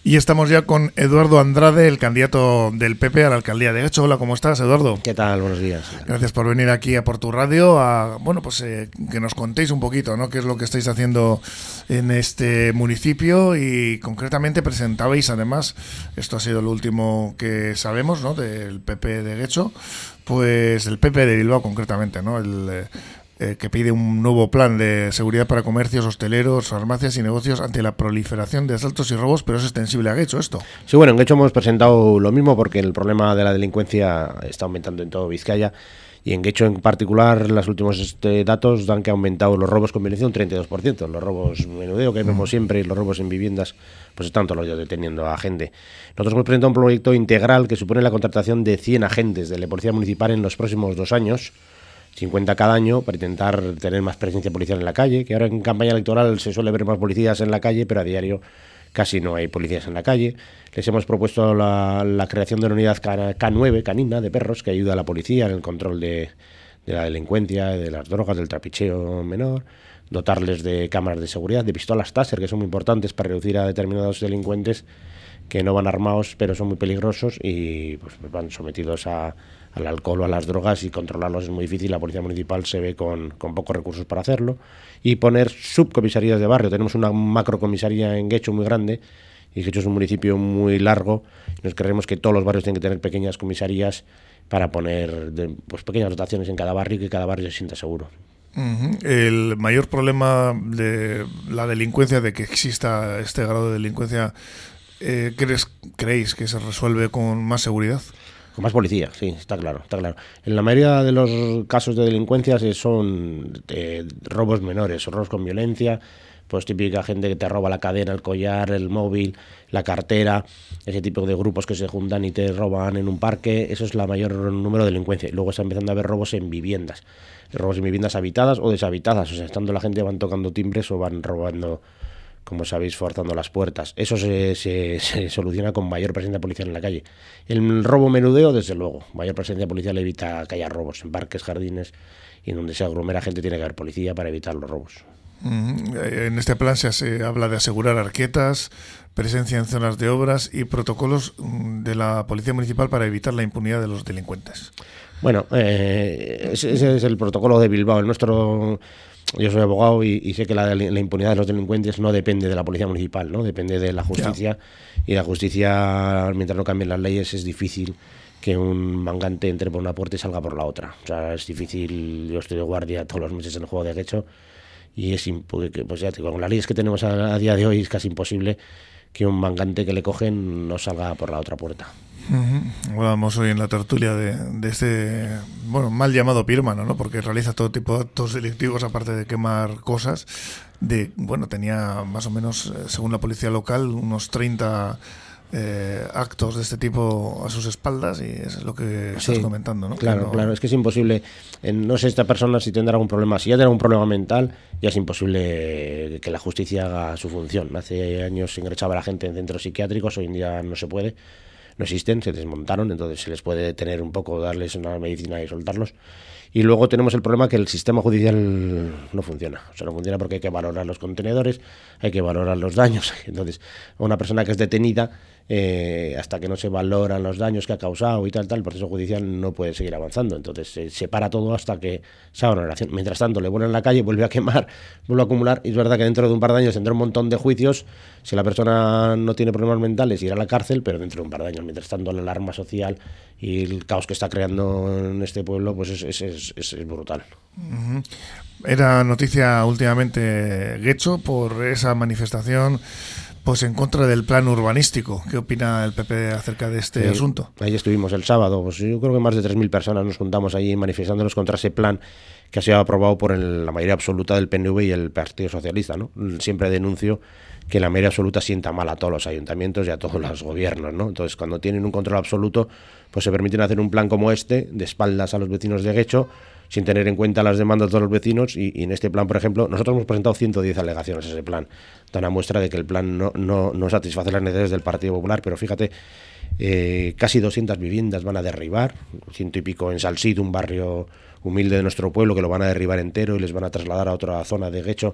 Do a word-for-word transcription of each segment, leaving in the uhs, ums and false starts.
Y estamos ya con Eduardo Andrade, el candidato del P P a la alcaldía de Guecho. Hola, ¿cómo estás, Eduardo? ¿Qué tal? Buenos días. Gracias por venir aquí a Por Tu Radio a, bueno, pues eh, que nos contéis un poquito, ¿no?, qué es lo que estáis haciendo en este municipio y concretamente presentabais, además, esto ha sido lo último que sabemos, ¿no?, del P P de Guecho, pues el P P de Bilbao concretamente, ¿no?, el eh, Eh, que pide un nuevo plan de seguridad para comercios, hosteleros, farmacias y negocios ante la proliferación de asaltos y robos, pero es extensible a Guecho esto. Sí, bueno, en Guecho hemos presentado lo mismo porque el problema de la delincuencia está aumentando en todo Vizcaya y en Guecho en particular los últimos este, datos dan que ha aumentado los robos con violencia un treinta y dos por ciento. Los robos menudeo que vemos siempre y los robos en viviendas pues están todos los días deteniendo a gente. Nosotros hemos presentado un proyecto integral que supone la contratación de cien agentes de la Policía Municipal en los próximos dos años, cincuenta cada año, para intentar tener más presencia policial en la calle, que ahora en campaña electoral se suele ver más policías en la calle, pero a diario casi no hay policías en la calle. Les hemos propuesto la, la creación de una unidad K nueve, canina, de perros, que ayuda a la policía en el control de, de la delincuencia, de las drogas, del trapicheo menor, dotarles de cámaras de seguridad, de pistolas Taser, que son muy importantes para reducir a determinados delincuentes que no van armados, pero son muy peligrosos y pues, van sometidos a al alcohol o a las drogas, y controlarlos es muy difícil. La Policía Municipal se ve con, con pocos recursos para hacerlo. Y poner subcomisarías de barrio. Tenemos una macrocomisaría en Guecho muy grande, y Guecho es un municipio muy largo, y nos creemos que todos los barrios tienen que tener pequeñas comisarías para poner de, pues, pequeñas dotaciones en cada barrio y que cada barrio se sienta seguro. Uh-huh. El mayor problema de la delincuencia, de que exista este grado de delincuencia, eh, ¿crees, ¿creéis que se resuelve con más seguridad? Con más policía, sí, está claro, está claro. En la mayoría de los casos de delincuencia son eh, robos menores, robos con violencia, pues típica gente que te roba la cadena, el collar, el móvil, la cartera, ese tipo de grupos que se juntan y te roban en un parque. Eso es la mayor número de delincuencia. Y luego está empezando a haber robos en viviendas, robos en viviendas habitadas o deshabitadas, o sea, estando la gente van tocando timbres o van robando, como sabéis, forzando las puertas. Eso se, se, se soluciona con mayor presencia policial en la calle. El robo menudeo, desde luego, mayor presencia policial evita que haya robos en parques, jardines, y en donde se aglomera gente tiene que haber policía para evitar los robos. Mm, en este plan se, se habla de asegurar arquetas, presencia en zonas de obras y protocolos de la Policía Municipal para evitar la impunidad de los delincuentes. Bueno, eh, ese, ese es el protocolo de Bilbao. El nuestro... Yo soy abogado y, y sé que la, la impunidad de los delincuentes no depende de la Policía Municipal, ¿no? Depende de la justicia. Yeah. Y la justicia, mientras no cambien las leyes, es difícil que un mangante entre por una puerta y salga por la otra. O sea, es difícil. Yo estoy de guardia todos los meses en el juego de Guecho y es imp- pues ya, con las leyes que tenemos a, a día de hoy es casi imposible que un mangante que le cogen no salga por la otra puerta. Uh-huh. Hablábamos hoy en la tertulia de, de este, bueno, mal llamado pirómano, ¿no?, porque realiza todo tipo de actos delictivos aparte de quemar cosas. De, bueno, tenía más o menos, según la policía local, unos treinta eh, actos de este tipo a sus espaldas, y eso es lo que estás sí, comentando, ¿no? Claro, no... claro, es que es imposible. Eh, no sé esta persona si tendrá algún problema. Si ya tiene algún problema mental, ya es imposible que la justicia haga su función. Hace años se ingresaba a la gente en centros psiquiátricos, hoy en día no se puede. No existen, se desmontaron, entonces se les puede detener un poco, darles una medicina y soltarlos. Y luego tenemos el problema que el sistema judicial no funciona. O sea, no funciona porque hay que valorar los contenedores, hay que valorar los daños. Entonces, una persona que es detenida, eh, hasta que no se valoran los daños que ha causado y tal, tal, el proceso judicial no puede seguir avanzando. Entonces, se, se para todo hasta que se haga una relación. Mientras tanto, le vuelve en la calle, vuelve a quemar, vuelve a acumular. Y es verdad que dentro de un par de años tendrá un montón de juicios. Si la persona no tiene problemas mentales, irá a la cárcel, pero dentro de un par de años. Mientras tanto, la alarma social y el caos que está creando en este pueblo, pues es, es, es, es, es brutal. Uh-huh. Era noticia últimamente Guecho por esa manifestación pues en contra del plan urbanístico. ¿Qué opina el P P acerca de este eh, asunto? Ahí estuvimos el sábado, pues yo creo que más de tres mil personas nos juntamos allí manifestándonos contra ese plan que ha sido aprobado por el, la mayoría absoluta del P N V y el Partido Socialista, ¿no? Siempre denuncio que la mayoría absoluta sienta mal a todos los ayuntamientos y a todos los gobiernos, ¿no? Entonces, cuando tienen un control absoluto, pues se permiten hacer un plan como este, de espaldas a los vecinos de Guecho, sin tener en cuenta las demandas de todos los vecinos. Y, y en este plan, por ejemplo, nosotros hemos presentado ciento diez alegaciones a ese plan. Da una muestra de que el plan no, no, no satisface las necesidades del Partido Popular, pero fíjate, eh, casi doscientas viviendas van a derribar, ciento y pico en Salsid, un barrio humilde de nuestro pueblo, que lo van a derribar entero y les van a trasladar a otra zona de Guecho.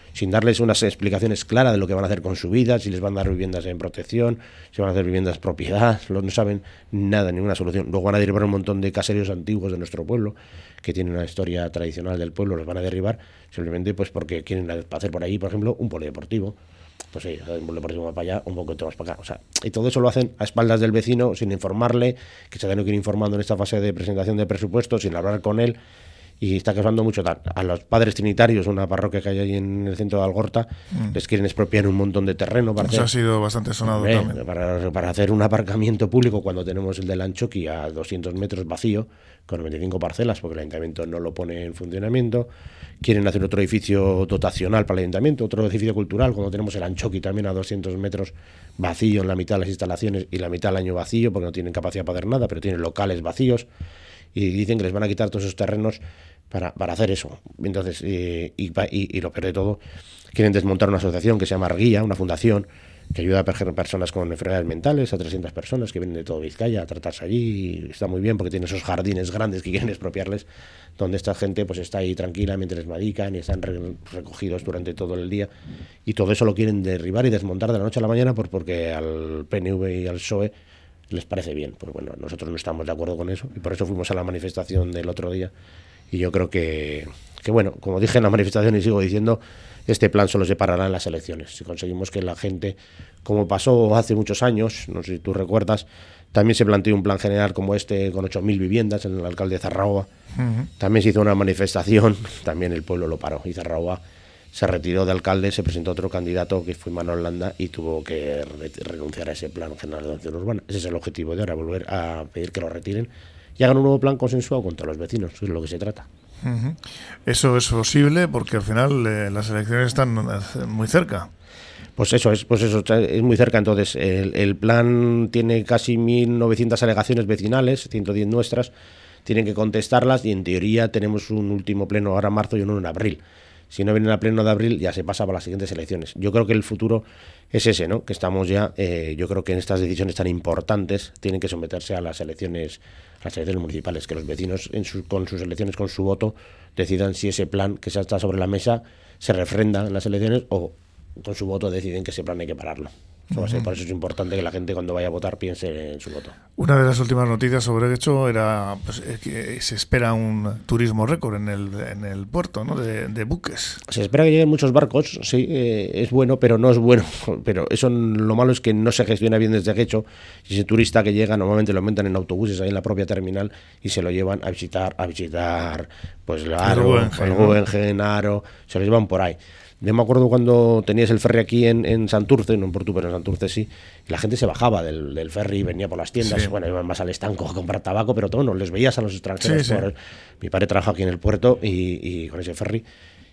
sin darles unas explicaciones claras de lo que van a hacer con su vida, si les van a dar viviendas en protección, si van a hacer viviendas propiedad, no saben nada, ninguna solución. Luego van a derribar un montón de caseríos antiguos de nuestro pueblo, que tienen una historia tradicional del pueblo, los van a derribar simplemente pues porque quieren hacer por ahí, por ejemplo, un polideportivo. Pues sí, un polideportivo más para allá, un poco más para acá. O sea, y todo eso lo hacen a espaldas del vecino, sin informarle, que se ha tenido que ir informando en esta fase de presentación de presupuestos, sin hablar con él. Y está causando mucho tal. A los padres trinitarios, una parroquia que hay ahí en el centro de Algorta, mm. les quieren expropiar un montón de terreno. Para Eso hacer, ha sido bastante sonado eh, también. Para, para hacer un aparcamiento público cuando tenemos el del Anchoqui a doscientos metros vacío, con veinticinco parcelas, porque el ayuntamiento no lo pone en funcionamiento. Quieren hacer otro edificio dotacional para el ayuntamiento, otro edificio cultural, cuando tenemos el Anchoqui también a doscientos metros vacío en la mitad de las instalaciones y la mitad del año vacío, porque no tienen capacidad para hacer nada, pero tienen locales vacíos. Y dicen que les van a quitar todos esos terrenos para, para hacer eso. Entonces, eh, y, y, y lo peor de todo, quieren desmontar una asociación que se llama Arguía, una fundación que ayuda a personas con enfermedades mentales, a trescientas personas que vienen de todo Vizcaya a tratarse allí, y está muy bien porque tiene esos jardines grandes que quieren expropiarles, donde esta gente pues está ahí tranquila mientras medican y están re recogidos durante todo el día, y todo eso lo quieren derribar y desmontar de la noche a la mañana por, porque al P N V y al P S O E les parece bien. Pues bueno, nosotros no estamos de acuerdo con eso y por eso fuimos a la manifestación del otro día. Y yo creo que, que bueno, como dije en la manifestación y sigo diciendo, este plan solo se parará en las elecciones. Si conseguimos que la gente, como pasó hace muchos años, no sé si tú recuerdas, también se planteó un plan general como este con ocho mil viviendas en el alcalde de Zarraua. Uh-huh. También se hizo una manifestación, también el pueblo lo paró y Zarraua se retiró de alcalde, se presentó otro candidato que fue Manuel Landa y tuvo que re renunciar a ese plan general de acción urbana. Ese es el objetivo de ahora, volver a pedir que lo retiren y hagan un nuevo plan consensuado contra los vecinos, que es lo que se trata. Uh-huh. Eso es posible porque al final eh, las elecciones están muy cerca. Pues eso es, pues eso es muy cerca. Entonces el, el plan tiene casi mil novecientas alegaciones vecinales, ciento diez nuestras, tienen que contestarlas y en teoría tenemos un último pleno ahora en marzo y uno en abril. Si no vienen a pleno de abril, ya se pasa para las siguientes elecciones. Yo creo que el futuro es ese, ¿no? Que estamos ya, eh, yo creo que en estas decisiones tan importantes tienen que someterse a las elecciones, a las elecciones municipales, que los vecinos en su, con sus elecciones, con su voto, decidan si ese plan que está sobre la mesa se refrenda en las elecciones o con su voto deciden que ese plan hay que pararlo. Eso va a ser, por eso es importante que la gente cuando vaya a votar piense en su voto. Una de las últimas noticias sobre esto era pues, que se espera un turismo récord en el, en el puerto, ¿no? de, de buques. Se espera que lleguen muchos barcos, sí, eh, es bueno, pero no es bueno. Pero eso lo malo es que no se gestiona bien desde Guecho. Y ese turista que llega normalmente lo montan en autobuses ahí en la propia terminal y se lo llevan a visitar, a visitar pues el Aro, el Guggenheim, Aro, se lo llevan por ahí. Yo me acuerdo cuando tenías el ferry aquí en, en Santurce, no en Portu, pero en Santurce sí, y la gente se bajaba del, del ferry y venía por las tiendas, sí. Bueno, iban más al estanco a comprar tabaco, pero todo, no les veías a los extranjeros. Sí, por, sí. Mi padre trabaja aquí en el puerto y, y con ese ferry,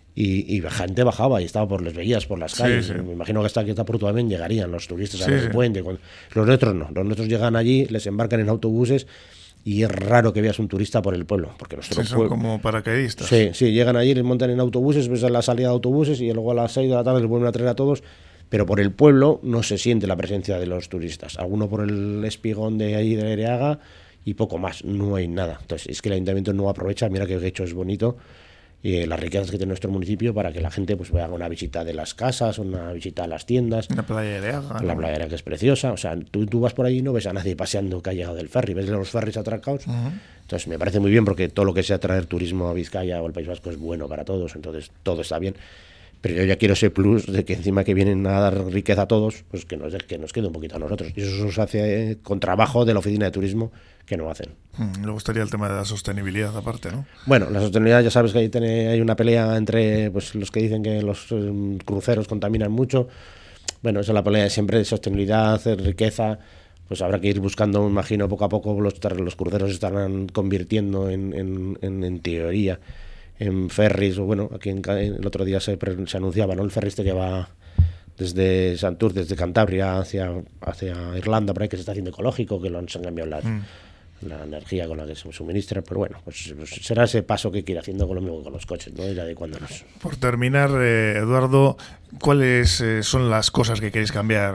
y, y la gente bajaba y estaba por, les veías por las calles. Sí, sí. Me imagino que hasta aquí hasta Portu también llegarían los turistas a sí, ver el sí. puente. Los nuestros no, los nuestros llegan allí, les embarcan en autobuses. Y es raro que veas un turista por el pueblo, porque nuestro sí, son pueblo, como paracaidistas. Sí, sí, llegan allí, les montan en autobuses, ves a la salida de autobuses y luego a las seis de la tarde les vuelven a traer a todos, pero por el pueblo no se siente la presencia de los turistas. Alguno por el espigón de ahí de Areaga y poco más, no hay nada. Entonces es que el ayuntamiento no aprovecha, mira que el Guecho es bonito, y las riquezas que tiene nuestro municipio para que la gente pues haga una visita de las casas, una visita a las tiendas. La playa de Areaga. La playa de Areaga que es preciosa. O sea, tú, tú vas por ahí y no ves a nadie paseando que ha llegado del ferry, ves los ferries atracados. Uh-huh. Entonces me parece muy bien porque todo lo que sea traer turismo a Vizcaya o al País Vasco es bueno para todos, entonces todo está bien. Pero yo ya quiero ese plus de que encima que vienen a dar riqueza a todos, pues que nos, que nos quede un poquito a nosotros. Y eso se hace eh, con trabajo de la oficina de turismo que no hacen. Hmm, luego estaría el tema de la sostenibilidad aparte, ¿no? Bueno, la sostenibilidad ya sabes que ahí tiene, hay una pelea entre pues los que dicen que los eh, cruceros contaminan mucho. Bueno, esa es la pelea de siempre de sostenibilidad, de riqueza. Pues habrá que ir buscando, me imagino, poco a poco los, los cruceros se estarán convirtiendo en, en, en, en teoría en ferries, o bueno, aquí en, el otro día se, se anunciaba, ¿no? El ferry este que va desde Santurce, desde Cantabria hacia, hacia Irlanda, por ahí, que se está haciendo ecológico, que lo han, se han cambiado las, mm. la energía con la que se suministra, pero bueno, pues, pues será ese paso que hay que ir haciendo con lo mismo que con los coches, ¿no? Ir adecuándonos. Por terminar, eh, Eduardo, ¿cuáles eh, son las cosas que queréis cambiar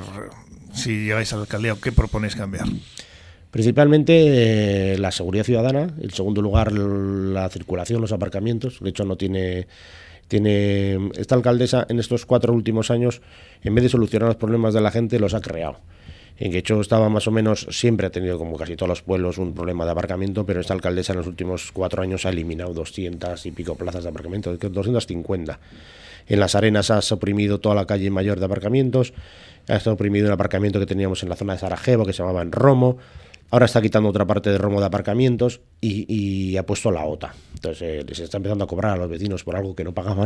si llegáis a la alcaldía o qué proponéis cambiar? Principalmente eh, la seguridad ciudadana, en segundo lugar la circulación, los aparcamientos. De hecho no tiene Tiene esta alcaldesa en estos cuatro últimos años, en vez de solucionar los problemas de la gente, los ha creado. En Guecho estaba más o menos, siempre ha tenido, como casi todos los pueblos, un problema de aparcamiento, pero esta alcaldesa en los últimos cuatro años ha eliminado doscientas y pico plazas de aparcamiento, doscientas cincuenta. En Las Arenas ha suprimido toda la calle mayor de aparcamientos, ha suprimido el aparcamiento que teníamos en la zona de Sarajevo, que se llamaba en Romo. Ahora está quitando otra parte de Romo de aparcamientos y, y ha puesto la OTA. Entonces eh, les está empezando a cobrar a los vecinos por algo que no pagaban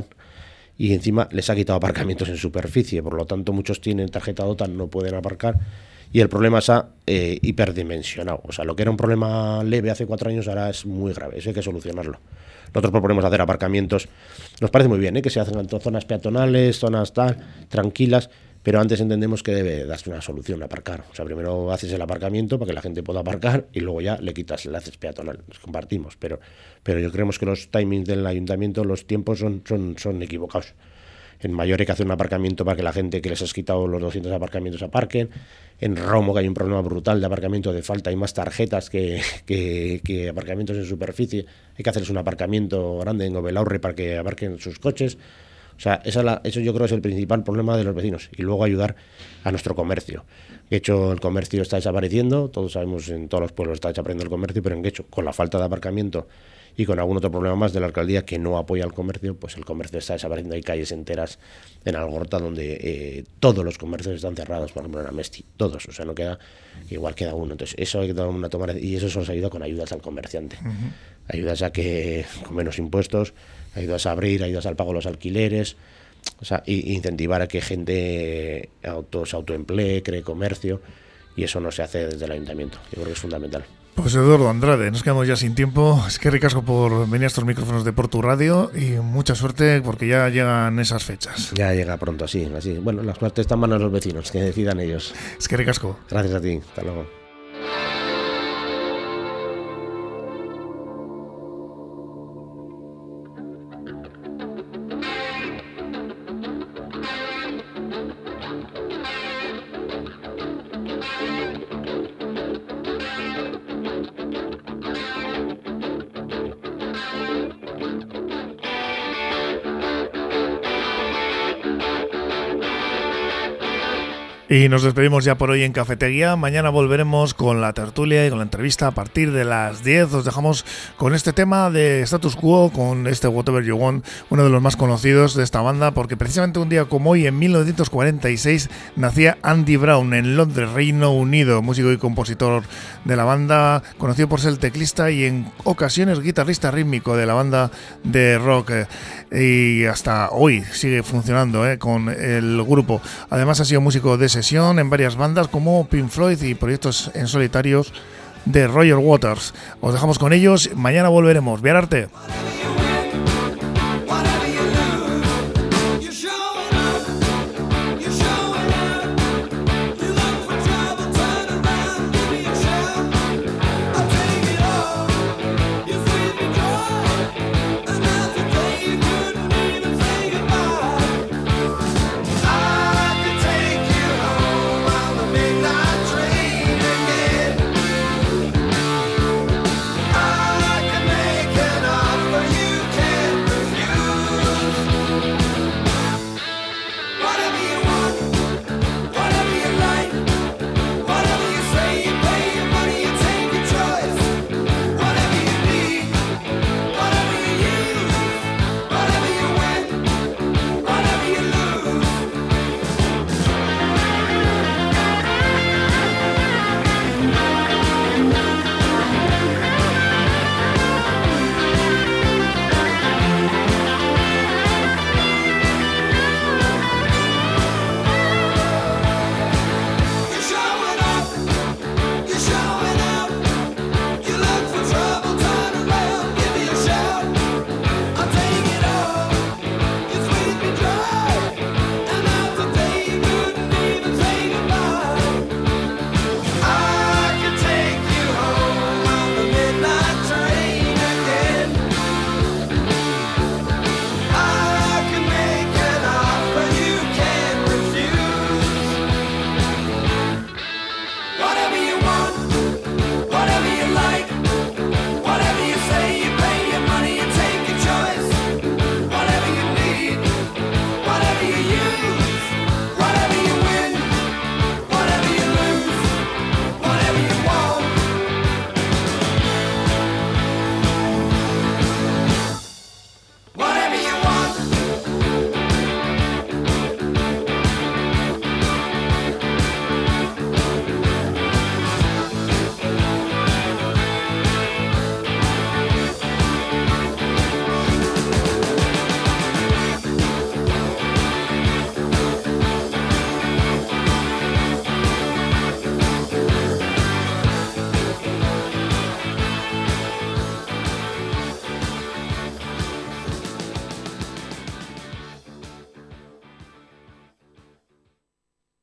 y encima les ha quitado aparcamientos en superficie. Por lo tanto, muchos tienen tarjeta OTA, no pueden aparcar y el problema se ha eh, hiperdimensionado. O sea, lo que era un problema leve hace cuatro años ahora es muy grave. Eso hay que solucionarlo. Nosotros proponemos hacer aparcamientos. Nos parece muy bien, ¿eh? Que se hacen en zonas peatonales, zonas tal, tranquilas. Pero antes entendemos que debe darse una solución a aparcar. O sea, primero haces el aparcamiento para que la gente pueda aparcar y luego ya le quitas, le haces peatonal. Los compartimos, pero, pero yo creemos que los timings del ayuntamiento, los tiempos son, son, son equivocados. En Mayor hay que hacer un aparcamiento para que la gente que les has quitado los doscientos aparcamientos aparquen. En Romo, que hay un problema brutal de aparcamiento, de falta, hay más tarjetas que, que, que aparcamientos en superficie. Hay que hacerles un aparcamiento grande en Gobelaurre para que aparquen sus coches. O sea, esa es la, eso yo creo es el principal problema de los vecinos. Y luego ayudar a nuestro comercio. De hecho, el comercio está desapareciendo. Todos sabemos, en todos los pueblos está desapareciendo el comercio, pero en Guecho, con la falta de aparcamiento y con algún otro problema más de la alcaldía que no apoya al comercio, pues el comercio está desapareciendo. Hay calles enteras en Algorta donde eh, todos los comercios están cerrados, por ejemplo en Amesti, todos. O sea, no queda, igual queda uno. Entonces, eso hay que tomar una toma, y eso solo se ayuda con ayudas al comerciante. Uh-huh. Ayudas a que, con menos impuestos, ayudas a abrir, ayudas al pago de los alquileres, o sea, y, incentivar a que gente auto, se autoemplee, cree comercio, y eso no se hace desde el ayuntamiento. Yo creo que es fundamental. Pues Eduardo Andrade, nos quedamos ya sin tiempo. Es que ricasco por venir a estos micrófonos de Portu Radio y mucha suerte porque ya llegan esas fechas. Ya llega pronto, así, así. Bueno, la suerte está en manos de los vecinos, que decidan ellos. Es que ricasco. Gracias a ti, hasta luego. Y nos despedimos ya por hoy en Cafetería. Mañana volveremos con la tertulia y con la entrevista a partir de las diez. Os dejamos con este tema de Status Quo, con este Whatever You Want, uno de los más conocidos de esta banda, porque precisamente un día como hoy, en mil novecientos cuarenta y seis, nacía Andy Brown en Londres, Reino Unido, músico y compositor de la banda, conocido por ser el teclista y en ocasiones guitarrista rítmico de la banda de rock. Y hasta hoy sigue funcionando eh, con el grupo. Además ha sido músico de sesión en varias bandas como Pink Floyd y proyectos en solitarios de Roger Waters. Os dejamos con ellos, mañana volveremos. Viararte.